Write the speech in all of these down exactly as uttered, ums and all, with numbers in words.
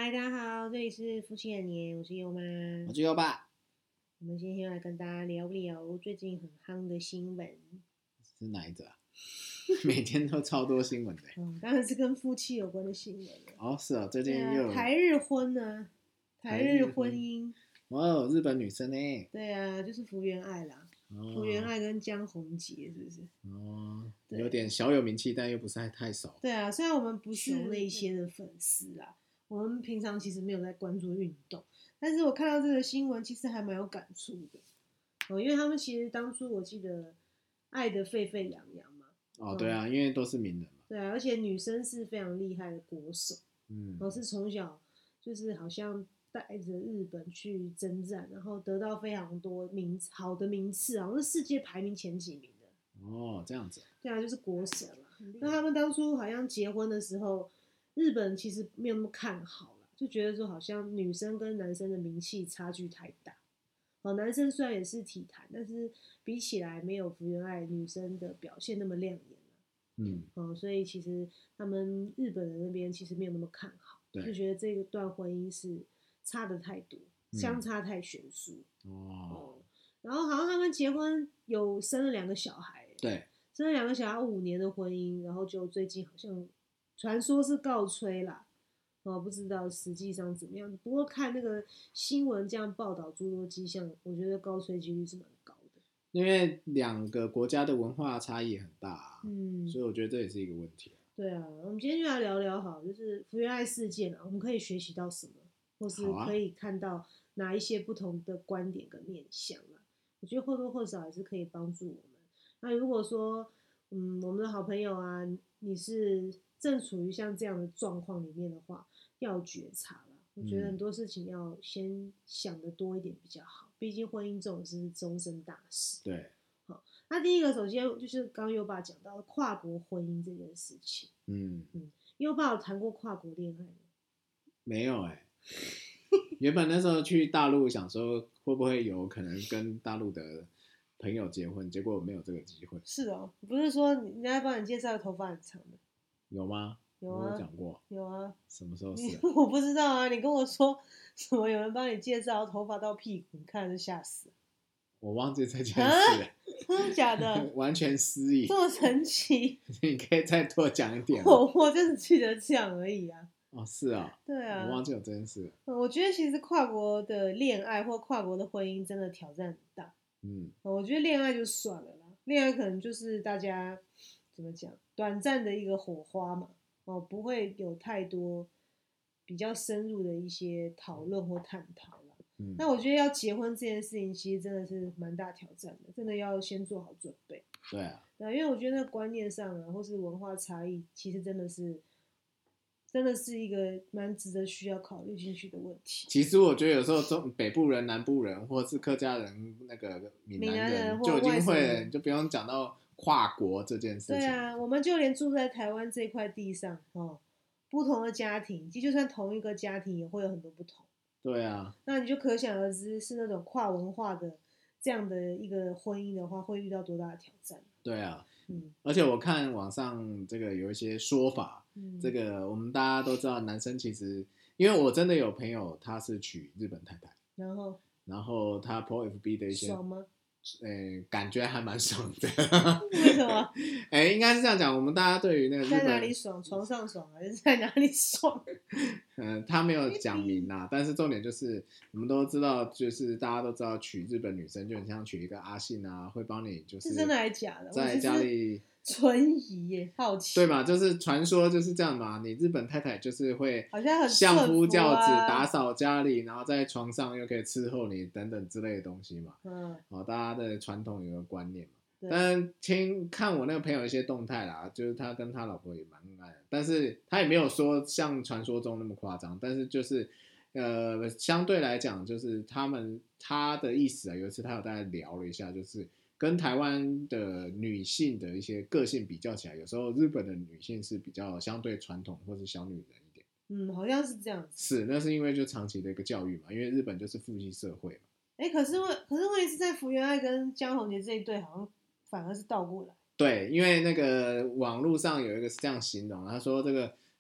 嗨，大家好，这里是夫妻的年，我是优妈， 我是优爸。 我们今天要来跟大家聊聊最近很夯的新闻。 是哪一则啊？每天都超多新闻的。 嗯，当然是跟夫妻有关的新闻了。 哦，是哦，最近对啊， 又有台日婚呢、啊，台日婚姻。 哦，日本女生呢？ 对啊，就是福原爱啦， 哦、 福原爱跟江宏杰是不是？ 哦，有点小有名气，但又不是太熟。 对啊，虽然我们不是那些的粉丝啦，我们平常其实没有在关注运动，但是我看到这个新闻，其实还蛮有感触的。哦，因为他们其实当初我记得爱得沸沸扬扬嘛。 哦，对啊，嗯、因为都是名人嘛。 对啊，而且女生是非常厉害的国手， 嗯， 然后是从小就是好像带着日本去征战，然后得到非常多名好的名次，好像是世界排名前几名的。 哦，这样子。 对啊，就是国手嘛。那他们当初好像结婚的时候，日本其实没有那么看好啦，就觉得说好像女生跟男生的名气差距太大。哦，男生虽然也是体坛，但是比起来没有福原爱女生的表现那么亮眼。 嗯， 哦，所以其实他们日本人那边其实没有那么看好，就觉得这一段婚姻是差的太多，相差太悬殊。 嗯、哦， 然后好像他们结婚有生了两个小孩， 对， 生了两个小孩，五年的婚姻，然后就最近好像传说是告吹啦，哦，不知道实际上怎么样。不过看那个新闻这样报道诸多迹象，我觉得告吹几率是蛮高的。 因为两个国家的文化差异很大、啊， 嗯， 所以我觉得这也是一个问题、啊。 对啊，我们今天就来聊聊好，就是福原爱事件啊，我们可以学习到什么，或是可以看到哪一些不同的观点跟面向啊。我觉得或多或少也是可以帮助我们。那如果说，嗯，我们的好朋友啊，你是正处于像这样的状况里面的话，要觉察啦。我觉得很多事情要先想得多一点比较好，毕竟婚姻这种事是终身大事。 对。 好，那第一个首先就是刚刚优爸讲到的跨国婚姻这件事情。 嗯嗯，优爸有谈过跨国恋爱吗？ 没有哎、欸。原本那时候去大陆想说会不会有可能跟大陆的朋友结婚，结果没有这个机会。 是哦，不是说人家帮你介绍头发很长的？ 有吗？ 有啊， 我有讲过。 有啊。 什么时候是、啊？ 我不知道啊，你跟我说什么有人帮你介绍头发到屁股，你看就吓死了。 我忘记这件事了。 真的假的？ 完全失忆。 这么神奇？ 你可以再多讲一点。 我我就是记得这样而已啊。 哦，是啊。 对啊， 我忘记有这件事。 我觉得其实跨国的恋爱或跨国的婚姻真的挑战很大。 嗯， 我觉得恋爱就算了啦，恋爱可能就是大家怎么讲，短暂的一个火花嘛，哦，不会有太多比较深入的一些讨论或探讨啦。嗯，那我觉得要结婚这件事情，其实真的是蛮大挑战的，真的要先做好准备。 对啊， 对，因为我觉得那个观念上啊，或是文化差异，其实真的是。真的是一个蛮值得需要考虑进去的问题。 其实我觉得有时候中北部人、南部人，或是客家人、那个闽南人，就已经会，就不用讲到跨国这件事情。 对啊，我们就连住在台湾这块地上，哦，不同的家庭，就算同一个家庭，也会有很多不同。 对啊， 那你就可想而知，是那种跨文化的这样的一个婚姻的话，会遇到多大的挑战。 对啊， 嗯， 而且我看网上这个有一些说法，嗯，这个我们大家都知道，男生其实，因为我真的有朋友他是娶日本太太， 然后， 然后他 po F B 的一些， 爽吗？ 欸、感觉还蛮爽的。 为什么？ 哎、欸，应该是这样讲，我们大家对于那个日本在哪里爽，床上爽还是在哪里爽？ 嗯、呃，他没有讲明啦，但是重点就是我们都知道，就是大家都知道娶日本女生就很像娶一个阿信啊，会帮你就是是真的还是假的？ 在家里存疑耶，好奇。 对嘛，就是传说就是这样嘛，你日本太太就是会好像很相夫教子， 啊、 打扫家里，然后在床上又可以伺候你等等之类的东西嘛。 嗯， 好，大家的传统有个观念嘛。但听看我那个朋友一些动态啦，就是他跟他老婆也蛮恩爱的，但是他也没有说像传说中那么夸张，但是就是呃相对来讲，就是他们他的意思啊，有一次他有大概聊了一下，就是跟台湾的女性的一些个性比较起来，有时候日本的女性是比较相对传统或是小女人一点。 嗯，好像是这样子。 是，那是因为就长期的一个教育嘛，因为日本就是父系社会嘛。 哎、欸，可是问，可是问题是在福原爱跟江宏杰这一对好像。反而是倒过来。 对，因为那个网络上有一个是这样形容，他说这个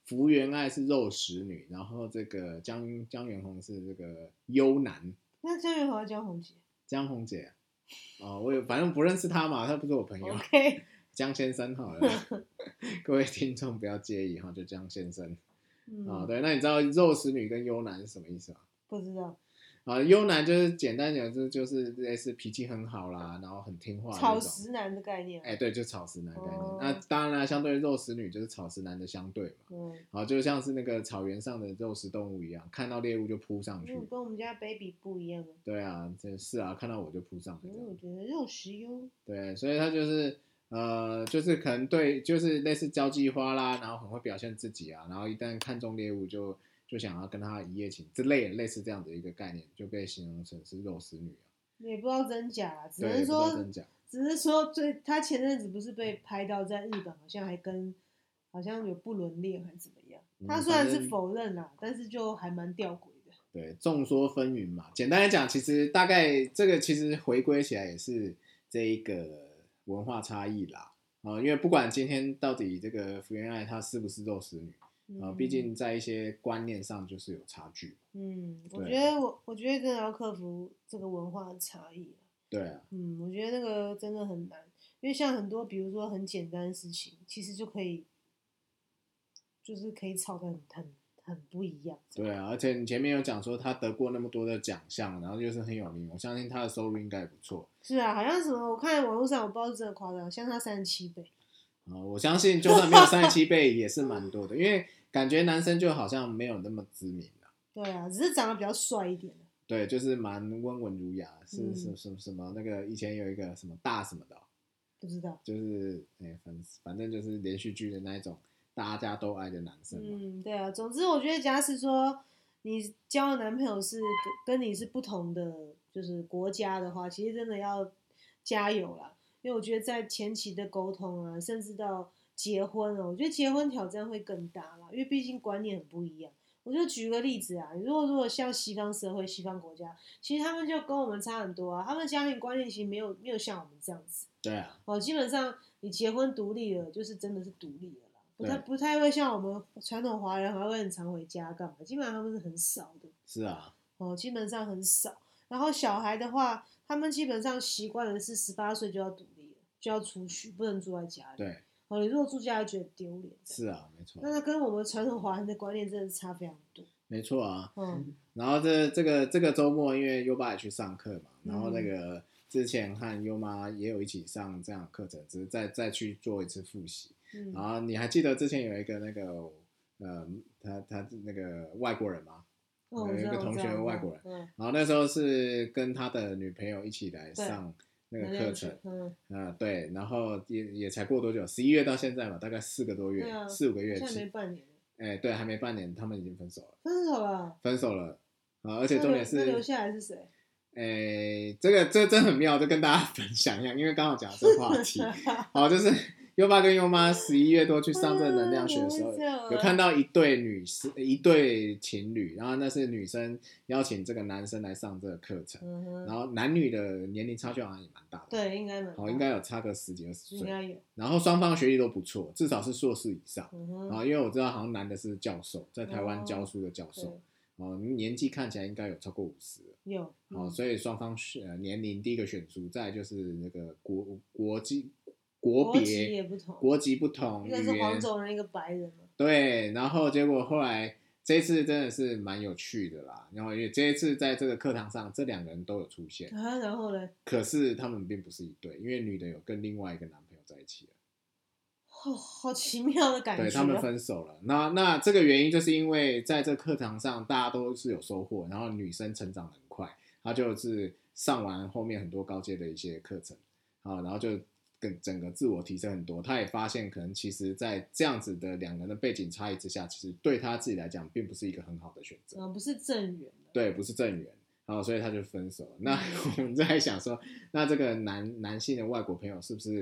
福原爱是肉食女，然后这个江江元宏是这个优男。 那江元宏要江宏杰？ 江宏杰、啊，哦，我有反正不认识他嘛，他不是我朋友。 OK， 江先生好了，各位听众不要介意哈，就江先生。 嗯、 哦，对，那你知道肉食女跟优男是什么意思吗？ 不知道。 啊，优男就是简单讲，就就是类似脾气很好啦，然后很听话， 草食男的概念。 哎、欸，对，就草食男的概念。 哦、 那当然啦，相对肉食女就是草食男的相对嘛。嗯，好，就像是那个草原上的肉食动物一样，看到猎物就扑上去。 嗯，跟我们家 baby 不一样。 对啊，这是啊，看到我就扑上来。 嗯，我觉得肉食优。 对，所以他就是呃，就是可能对，就是类似交际花啦，然后很会表现自己啊，然后一旦看中猎物就。就想要跟他一夜情之类的，类似这样的一个概念，就被形容成是肉食女啊。 也不知道真假啦，只能说真假， 只是说最他前阵子不是被拍到在日本，好像还跟好像有不伦恋还是怎么样？他虽然是否认啦，但是就还蛮吊诡的。 对，众说纷纭嘛。简单来讲，其实大概这个其实回归起来也是这一个文化差异啦。啊、呃，因为不管今天到底这个福原爱她是不是肉食女。啊，毕竟在一些观念上就是有差距。 嗯，我觉得我我觉得真的要克服这个文化的差异。 对啊。 嗯，我觉得那个真的很难，因为像很多比如说很简单的事情，其实就可以，就是可以吵得很很很不一样。 对啊，而且你前面有讲说他得过那么多的奖项，然后又是很有名，我相信他的收入应该也不错。 是啊，好像什么我看网络上我不知道是真的夸张，像他三十七倍。 啊，我相信就算没有三十七倍也是蛮多的，因为。感觉男生就好像没有那么知名了。 对啊，只是长得比较帅一点。 对，就是蛮温文儒雅，是、嗯、是什么什么那个以前有一个什么大什么的、哦， 不知道， 就是哎、欸、反反正就是连续剧的那一种大家都爱的男生嘛。 嗯，对啊，总之我觉得假使说你交的男朋友是跟跟你是不同的就是国家的话，其实真的要加油啦，因为我觉得在前期的沟通啊，甚至到结婚哦，我觉得结婚挑战会更大啦，因为毕竟观念很不一样。我就举个例子啊，如果如果像西方社会、西方国家，其实他们就跟我们差很多啊，他们家庭观念其实没有没有像我们这样子。 对啊。 哦，基本上你结婚独立了，就是真的是独立了啦，不太不太会像我们传统华人还会很常回家干嘛，基本上他们是很少的。 是啊。 哦，基本上很少。然后小孩的话，他们基本上习惯的是十八岁就要独立了，就要出去，不能住在家里。 对。 哦，你如果住家里觉得丢脸。 是啊，没错。 那它跟我们传统华人的观念真的是差非常多。 没错啊。 嗯。 然后这这个这个周末，因为优爸也去上课嘛，然后那个之前和优妈也有一起上这样的课程，只是再再去做一次复习。嗯。然后你还记得之前有一个那个呃，他他那个外国人吗？ 哦、 有一个同学外国人， 嗯、 然后那时候是跟他的女朋友一起来上。那个课程， 嗯、 呃，对，然后也也才过多久，十一月到现在嘛，大概四个多月， 啊、 四五个月， 现在没半年， 哎，对，还没半年，他们已经分手了， 分手了， 分手了，啊，而且重点是， 那留下来是谁？ 哎，这个这真很妙，就跟大家分享一下，因为刚好讲这个话题，好，就是优爸跟优妈十一月多去上这个能量学的时候，有看到一对女士，一对情侣，然后那是女生邀请这个男生来上这个课程，嗯、然后男女的年龄差距好像也蛮大的， 对，应该蛮大， 好，应该有差个十几二十岁， 应该有。 然后双方学历都不错，至少是硕士以上，嗯、然后因为我知道好像男的是教授，在台湾教书的教授。哦，年纪看起来应该有超过五十了， 有， 好、哦，所以双方呃年龄第一个选出，再来就是那个国国际国别国籍也不同， 国籍不同， 一个是黄种人，一个白人嘛。 对，然后结果后来这一次真的是蛮有趣的啦，然后因为这一次在这个课堂上，这两个人都有出现啊，然后呢？ 可是他们并不是一对，因为女的有跟另外一个男朋友在一起了。 哦，好奇妙的感觉、啊。 对，他们分手了。那那这个原因就是因为在这课堂上大家都是有收获，然后女生成长得很快，她就是上完后面很多高阶的一些课程，啊，然后就跟整个自我提升很多。她也发现可能其实在这样子的两人的背景差异之下，其实对她自己来讲并不是一个很好的选择。 嗯，不是正缘。 对，不是正缘。然后所以他就分手了。那我们在想说，那这个男男性的外国朋友是不是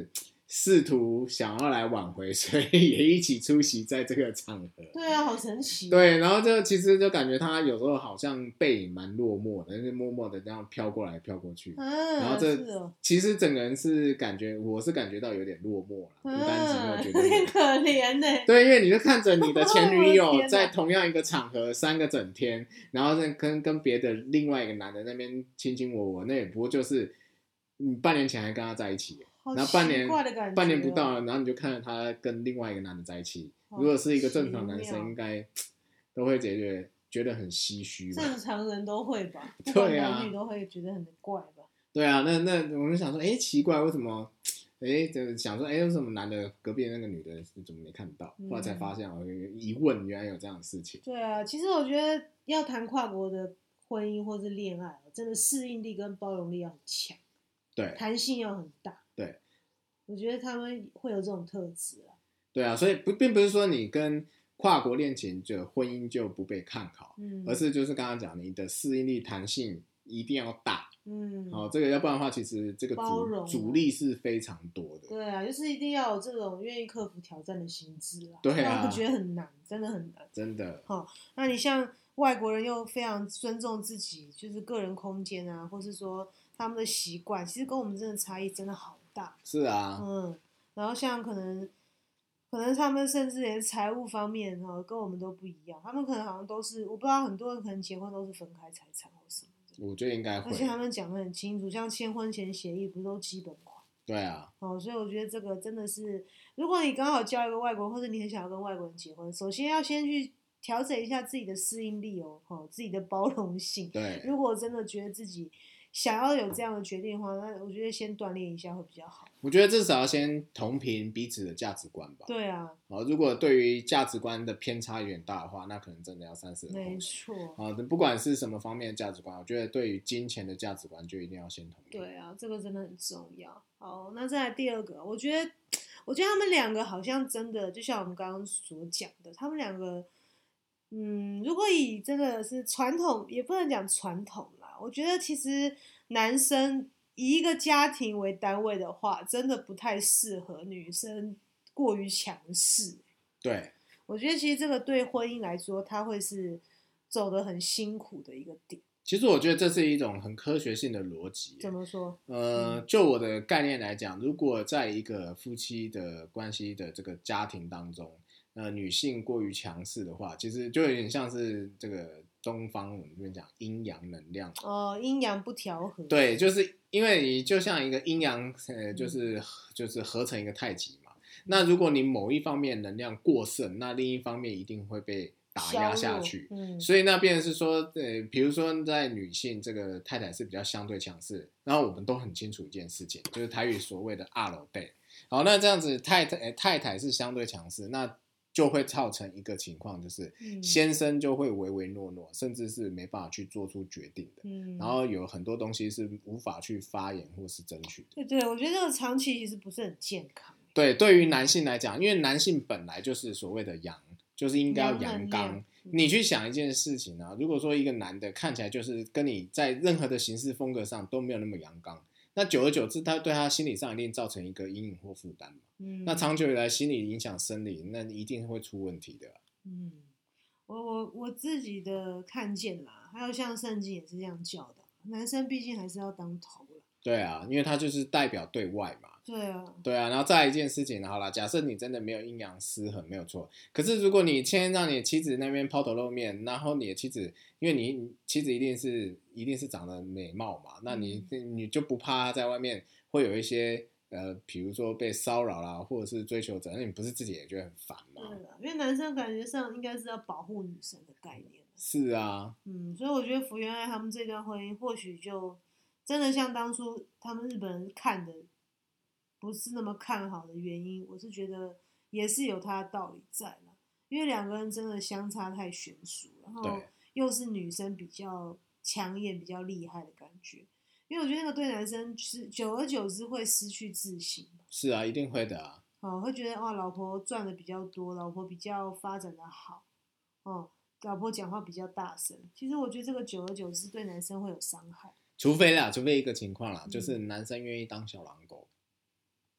试图想要来挽回，所以也一起出席在这个场合。 对啊，好神奇、啊。 对，然后就其实就感觉他有时候好像背影蛮落寞的，就是默默的这样飘过来飘过去。 啊、 然后这、 哦、 其实整个人是感觉，我是感觉到有点落寞了，孤单寂寞，觉得有点可怜呢、欸。 对，因为你就看着你的前女友在同样一个场合三个整天，然后跟跟别的另外一个男的那边卿卿我我，那也不过就是你半年前还跟他在一起。然后半年半年不到了，然后你就看到他跟另外一个男的在一起。如果是一个正常男生，应该都会觉得觉得很唏嘘吧？ 正常人都会吧，不管男女都会觉得很怪吧？ 对啊，那那我们想说，哎，奇怪，为什么？哎，就想说，哎，为什么男的隔壁的那个女的怎么没看到？后来才发现，我疑问，原来有这样的事情。 对啊，其实我觉得要谈跨国的婚姻或是恋爱，真的适应力跟包容力要很强， 对， 弹性要很大。 对， 我觉得他们会有这种特质啊。 对啊，所以不并不是说你跟跨国恋情就婚姻就不被看好， 嗯， 而是就是刚刚讲你的适应力、弹性一定要大， 嗯， 哦，这个要不然的话，其实这个阻阻力是非常多的。 对啊，就是一定要有这种愿意克服挑战的心智啦。 对啊， 我觉得很难，真的很难， 真的。 好、哦，那你像外国人又非常尊重自己，就是个人空间啊，或是说他们的习惯，其实跟我们真的差异真的好大。 是啊， 嗯，然后像可能。可能他们甚至连财务方面哈、哦、跟我们都不一样，他们可能好像都是我不知道，很多人可能结婚都是分开财产或什么的。 我觉得应该会， 而且他们讲得很清楚，像签婚前协议不是都基本款？ 对啊， 哦，所以我觉得这个真的是，如果你刚好交一个外国人，或者你很想要跟外国人结婚，首先要先去调整一下自己的适应力哦，哦自己的包容性。 对， 如果真的觉得自己想要有这样的决定的话，那我觉得先锻炼一下会比较好。 我觉得至少要先同频彼此的价值观吧。 对啊。 哦，如果对于价值观的偏差有点大的话，那可能真的要三思而后行。 没错。 啊，不管是什么方面的价值观，我觉得对于金钱的价值观就一定要先同频。 对啊，这个真的很重要。好，那再来第二个，我觉得，我觉得他们两个好像真的，就像我们刚刚所讲的，他们两个，嗯，如果以真的是传统，也不能讲传统啦，我觉得其实男生以一个家庭为单位的话，真的不太适合女生过于强势。 对， 我觉得其实这个对婚姻来说，它会是走得很辛苦的一个点。 其实我觉得这是一种很科学性的逻辑。 怎么说？ 呃，就我的概念来讲，如果在一个夫妻的关系的这个家庭当中，呃，女性过于强势的话，其实就有点像是这个东方我们这边讲阴阳能量哦，阴阳不调和。 对，就是因为你就像一个阴阳，呃，就是就是合成一个太极嘛。那如果你某一方面能量过剩，那另一方面一定会被打压下去。 嗯，所以那边是说，呃，比如说在女性这个太太是比较相对强势，然后我们都很清楚一件事情，就是台语所谓的二楼背。好，那这样子太太、呃、太太是相对强势，那就会造成一个情况，就是先生就会唯唯诺诺，甚至是没办法去做出决定的。嗯，然后有很多东西是无法去发言或是争取的。 对对，我觉得这个长期其实不是很健康。 对，对于男性来讲，因为男性本来就是所谓的阳，就是应该要阳刚。你去想一件事情啊，如果说一个男的看起来就是跟你在任何的行事风格上都没有那么阳刚，那久而久之，他对他心理上一定造成一个阴影或负担嘛。嗯，那长久以来，心理影响生理，那一定会出问题的。 嗯，我我我自己的看见啦，还有像圣经也是这样教的，男生毕竟还是要当头啦。 对啊，因为他就是代表对外嘛。 对啊， 对啊，然后再来一件事情，好啦，假设你真的没有阴阳失衡，没有错。可是如果你先让你的妻子那边抛头露面，然后你的妻子，因为你妻子一定是一定是长得美貌嘛，那你、嗯、你就不怕她在外面会有一些呃，比如说被骚扰啦，或者是追求者，那你不是自己也觉得很烦吗？ 对啊，因为男生感觉上应该是要保护女生的概念。 是啊， 嗯，所以我觉得福原爱他们这段婚姻或许就真的像当初他们日本人看的不是那么看好的原因，我是觉得也是有他的道理在了，因为两个人真的相差太悬殊，然后又是女生比较抢眼、比较厉害的感觉，因为我觉得那个对男生是久而久之会失去自信。 是啊，一定会的啊。 哦，会觉得哇，老婆赚的比较多，老婆比较发展的好，哦，老婆讲话比较大声。其实我觉得这个久而久之对男生会有伤害。 除非啦，除非一个情况啦，嗯、就是男生愿意当小狼狗。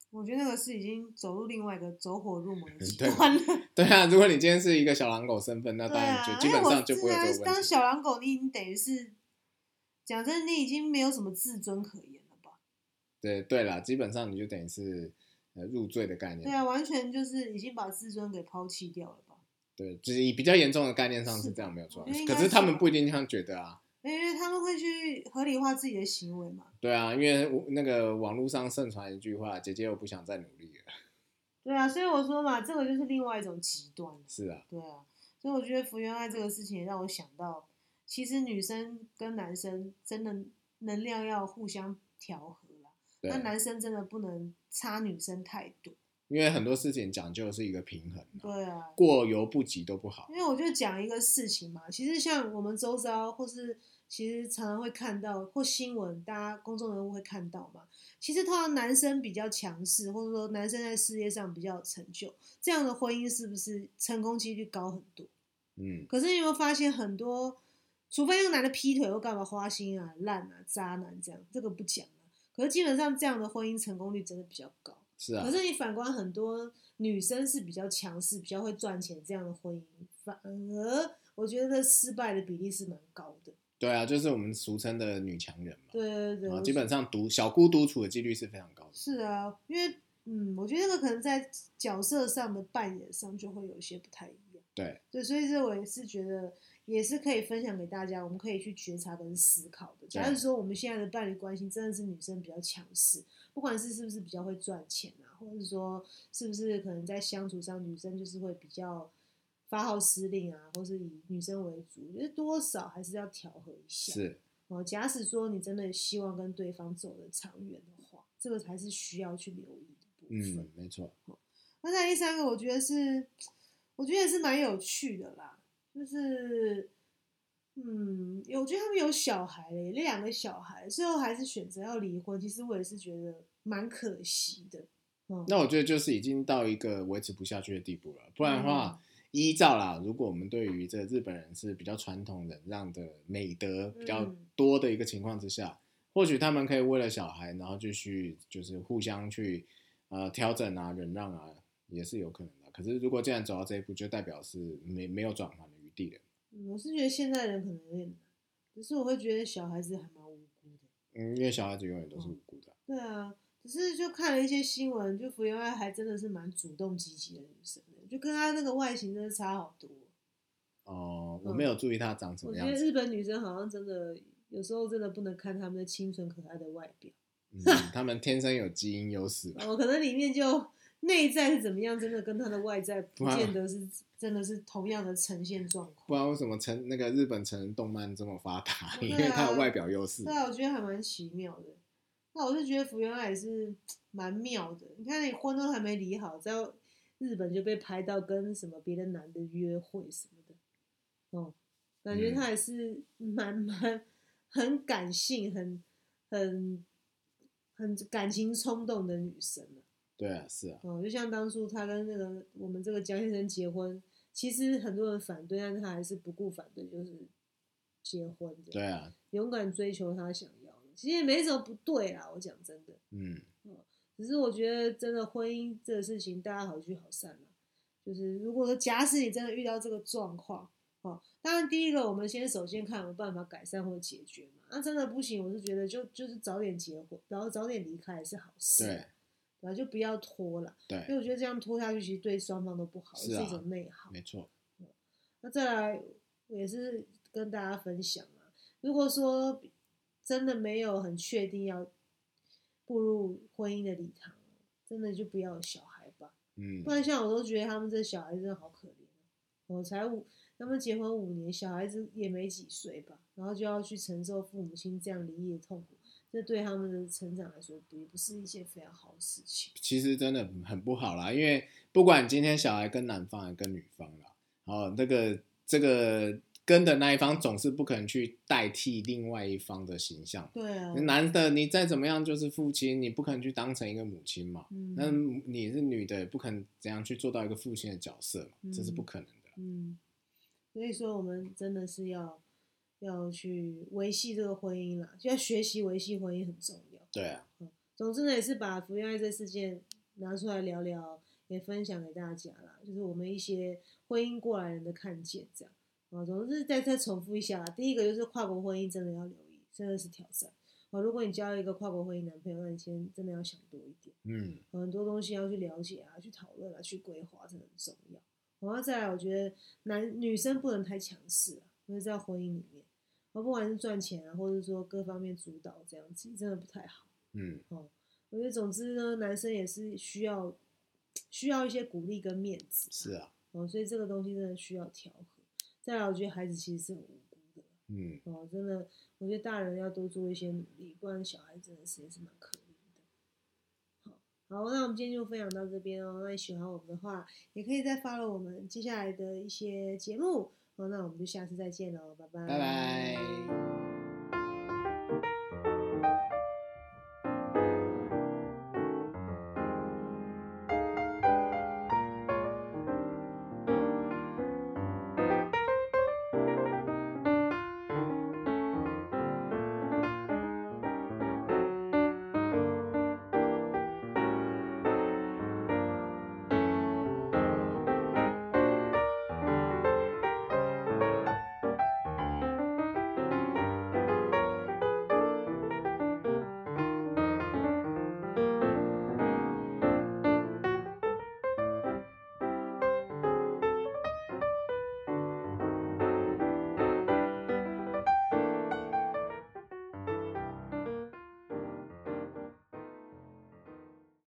我觉得那个是已经走入另外一个走火入魔的极端了。 对, 对啊，如果你今天是一个小狼狗身份，那当然就、 啊、 基本上就不会有这个问题。 当小狼狗，你已经等于是讲真的，你已经没有什么自尊可言了吧？ 对对啦，基本上你就等于是呃入罪的概念。 对啊，完全就是已经把自尊给抛弃掉了吧？ 对，就是以比较严重的概念上是这样没有错，可是他们不一定这样觉得啊。 因为他们会去合理化自己的行为嘛。 对啊，因为那个网络上盛传一句话：“姐姐我不想再努力了。” 对啊，所以我说嘛，这个就是另外一种极端。 是啊。 对啊，所以我觉得福原爱这个事情也让我想到，其实女生跟男生真的能量要互相调和啦。那男生真的不能差女生太多。 因为很多事情讲究的是一个平衡、啊， 对啊， 过犹不及都不好。 因为我就讲一个事情嘛，其实像我们周遭或是其实常常会看到或新闻，大家公众人物会看到嘛。其实通常男生比较强势，或者说男生在事业上比较有成就，这样的婚姻是不是成功几率高很多？ 嗯。 可是你有没有发现很多，除非那个男的劈腿或干嘛花心啊、烂啊、渣男这样，这个不讲了。可是基本上这样的婚姻成功率真的比较高。 是啊， 可是你反观很多女生是比较强势、比较会赚钱，这样的婚姻反而我觉得失败的比例是蛮高的。 对啊，就是我们俗称的女强人嘛。 对对对， 啊，基本上独小姑独处的几率是非常高的。 是啊，因为嗯，我觉得那个可能在角色上的扮演上就会有一些不太一样。 对对，所以这我也是觉得也是可以分享给大家，我们可以去觉察跟思考的。假如说我们现在的伴侣关系真的是女生比较强势，不管是是不是比较会赚钱啊，或者是说是不是可能在相处上女生就是会比较发号施令啊，或是以女生为主，我觉得多少还是要调和一下。 是哦，假使说你真的希望跟对方走得长远的话，这个才是需要去留意的部分。 嗯，没错。 那在第三个，我觉得是，我觉得也是蛮有趣的啦，就是，嗯，我觉得他们有小孩了，两个小孩，最后还是选择要离婚。其实我也是觉得蛮可惜的。嗯、 那我觉得就是已经到一个维持不下去的地步了，不然的话。嗯依照啦，如果我们对于这日本人是比较传统忍让的美德比较多的一个情况之下，嗯、或许他们可以为了小孩，然后继续就是互相去呃调整啊、忍让啊，也是有可能的。可是如果既然走到这一步，就代表是没没有转圜的余地了。 嗯，我是觉得现在人可能有点难，可是我会觉得小孩子还蛮无辜的。 嗯，因为小孩子永远都是无辜的。 嗯、对啊。只是就看了一些新闻，就福原爱还真的是蛮主动积极的女生的，就跟她那个外形真的差好多。 哦，我没有注意她长什么样子。 我觉得日本女生好像真的有时候真的不能看她们的清纯可爱的外表， 嗯，她们天生有基因优势。 哦，可能里面就内在是怎么样，真的跟她的外在不见得是真的是同样的呈现状况。 不知道为什么成那个日本成人动漫这么发达， 哦啊、 因为它有外表优势。 对啊，我觉得还蛮奇妙的。那我是觉得福原爱也是蛮妙的，你看你婚都还没离好，在日本就被拍到跟什么别的男的约会什么的，哦，感觉她也是蛮蛮很感性、很很很感情冲动的女生了。 对啊，是啊， 哦，就像当初她跟那个我们这个江先生结婚，其实很多人反对，但是她还是不顾反对，就是结婚的。 对啊， 勇敢追求她想要。其实也没什么不对啦，我讲真的， 嗯， 只是我觉得真的婚姻这个事情，大家好聚好散啦。就是如果说假使你真的遇到这个状况，哦，当然第一个我们先首先看有没有办法改善或解决嘛。那、啊、真的不行，我是觉得就就是早点结婚，然后早点离开也是好事。 对， 对，就不要拖了。 对， 因为我觉得这样拖下去，其实对双方都不好，是、啊、是一种内耗。 没错。 嗯、那再来，我也是跟大家分享啊，如果说真的没有很确定要步入婚姻的礼堂，真的就不要有小孩吧。 嗯， 不然像我都觉得他们这小孩真的好可怜。我才五，他们结婚五年，小孩子也没几岁吧，然后就要去承受父母亲这样离异的痛苦，这对他们的成长来说，也不是一件非常好的事情。 其实真的很不好啦，因为不管今天小孩跟男方还跟女方啦，哦，那个这个。跟的那一方总是不可能去代替另外一方的形象。 对啊， 男的你再怎么样就是父亲，你不可能去当成一个母亲嘛。嗯，那你是女的，不可能怎样去做到一个父亲的角色嘛，嗯、这是不可能的。 嗯，所以说我们真的是要要去维系这个婚姻啦，就要学习维系婚姻很重要。 对啊， 嗯、总之呢，也是把福原爱这事件拿出来聊聊，也分享给大家啦，就是我们一些婚姻过来人的看见这样。啊，总之再再重复一下，第一个就是跨国婚姻真的要留意，真的是挑战。啊，如果你交一个跨国婚姻男朋友，那你先真的要想多一点。 嗯， 很多东西要去了解啊，去讨论啊，去规划，真的很重要。然后再来，我觉得男女生不能太强势啊，因为在婚姻里面，不管是赚钱啊，或者说各方面主导这样子，真的不太好。 嗯， 哦，我觉得总之呢，男生也是需要需要一些鼓励跟面子。 是啊。 哦，所以这个东西真的需要调和。再来，我觉得孩子其实是很无辜的。 嗯， 哦，真的，我觉得大人要多做一些努力，不然小孩真的是也是蛮可怜的。好，好，那我们今天就分享到这边哦。那你喜欢我们的话，也可以再 follow 我们接下来的一些节目。好，那我们就下次再见喽，拜拜。 拜拜。